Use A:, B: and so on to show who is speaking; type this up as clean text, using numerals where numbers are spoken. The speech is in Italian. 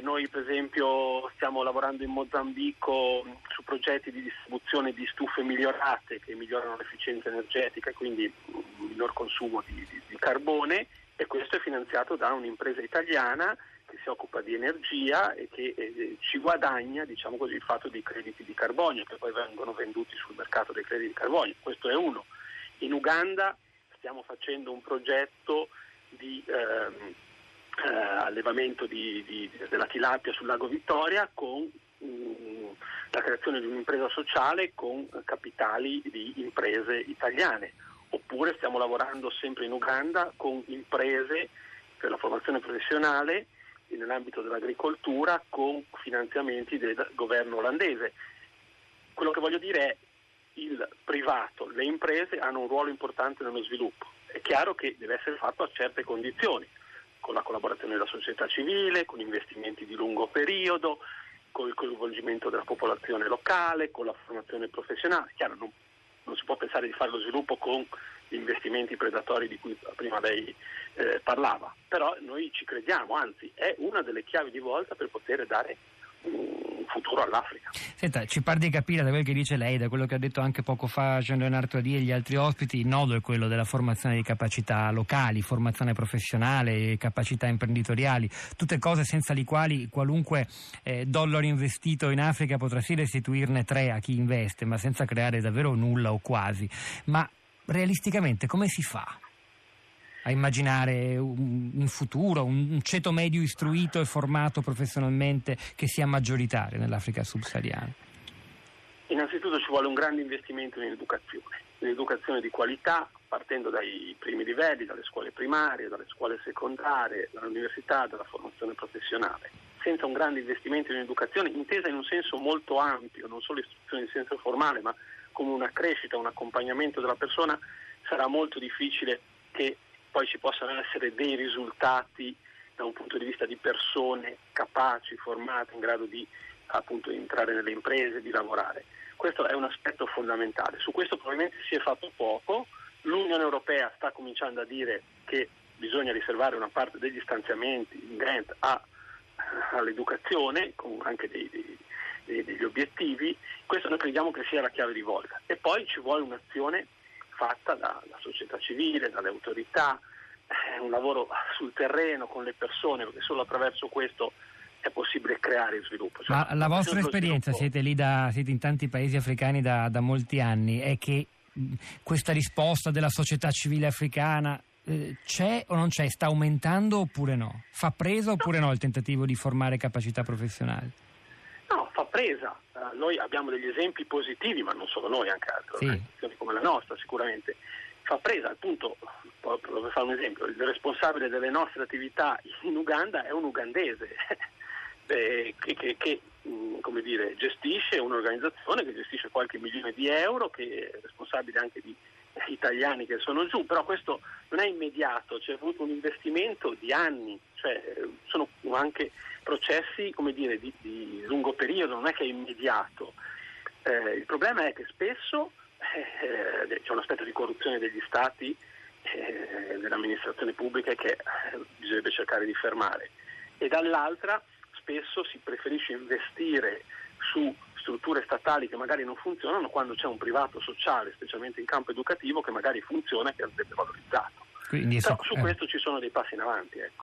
A: noi per esempio stiamo lavorando in Mozambico su progetti di distribuzione di stufe migliorate che migliorano l'efficienza energetica e quindi un minor consumo di carbone, e questo è finanziato da un'impresa italiana che si occupa di energia e che ci guadagna, diciamo così, il fatto dei crediti di carbonio che poi vengono venduti sul mercato dei crediti di carbonio. Questo è uno. In Uganda stiamo facendo un progetto di allevamento della tilapia sul lago Vittoria con la creazione di un'impresa sociale con capitali di imprese italiane. Oppure stiamo lavorando sempre in Uganda con imprese per la formazione professionale nell'ambito dell'agricoltura con finanziamenti del governo olandese. Quello che voglio dire è il privato, le imprese hanno un ruolo importante nello sviluppo. È chiaro che deve essere fatto a certe condizioni, con la collaborazione della società civile, con investimenti di lungo periodo, con il coinvolgimento della popolazione locale, con la formazione professionale. Chiaro, non si può pensare di fare lo sviluppo con gli investimenti predatori di cui prima lei parlava, però noi ci crediamo, anzi è una delle chiavi di volta per poter dare un futuro all'Africa.
B: Senta, ci pare di capire da quel che dice lei, da quello che ha detto anche poco fa Jean-Leonard Toadi e gli altri ospiti, il nodo è quello della formazione di capacità locali, formazione professionale, capacità imprenditoriali, tutte cose senza le quali qualunque dollaro investito in Africa potrà sì restituirne 3 a chi investe, ma senza creare davvero nulla o quasi. Ma realisticamente come si fa a immaginare un futuro, un ceto medio istruito e formato professionalmente che sia maggioritario nell'Africa subsahariana?
A: Innanzitutto ci vuole un grande investimento in educazione di qualità, partendo dai primi livelli, dalle scuole primarie, dalle scuole secondarie, dall'università, dalla formazione professionale. Senza un grande investimento in educazione, intesa in un senso molto ampio, non solo istruzione in senso formale, ma come una crescita, un accompagnamento della persona, sarà molto difficile che poi ci possano essere dei risultati da un punto di vista di persone capaci, formate, in grado di appunto entrare nelle imprese, di lavorare. Questo è un aspetto fondamentale. Su questo probabilmente si è fatto poco. L'Unione Europea sta cominciando a dire che bisogna riservare una parte degli stanziamenti in grant all'educazione, con anche degli obiettivi. Questo noi crediamo che sia la chiave di volta. E poi ci vuole un'azione fatta dalla società civile, dalle autorità, un lavoro sul terreno con le persone, perché solo attraverso questo è possibile creare sviluppo.
B: Ma la vostra esperienza, siete in tanti paesi africani da molti anni, è che questa risposta della società civile africana c'è o non c'è? Sta aumentando oppure no? Fa presa oppure no il tentativo di formare capacità professionali?
A: No, fa presa. Noi abbiamo degli esempi positivi, ma non solo noi, anche altre organizzazioni come la nostra sicuramente. Fa presa, appunto, per fare un esempio, il responsabile delle nostre attività in Uganda è un ugandese che come dire, gestisce un'organizzazione che gestisce qualche milione di euro, che è responsabile anche di italiani che sono giù, però questo non è immediato, c'è avuto un investimento di anni, cioè sono anche processi, come dire, di lungo periodo, non è che è immediato. Il problema è che spesso c'è un aspetto di corruzione degli stati, dell'amministrazione pubblica che bisognerebbe cercare di fermare, e dall'altra spesso si preferisce investire su strutture statali che magari non funzionano quando c'è un privato sociale, specialmente in campo educativo, che magari funziona e che andrebbe valorizzato.
B: Quindi,
A: però su questo ci sono dei passi in avanti. Ecco.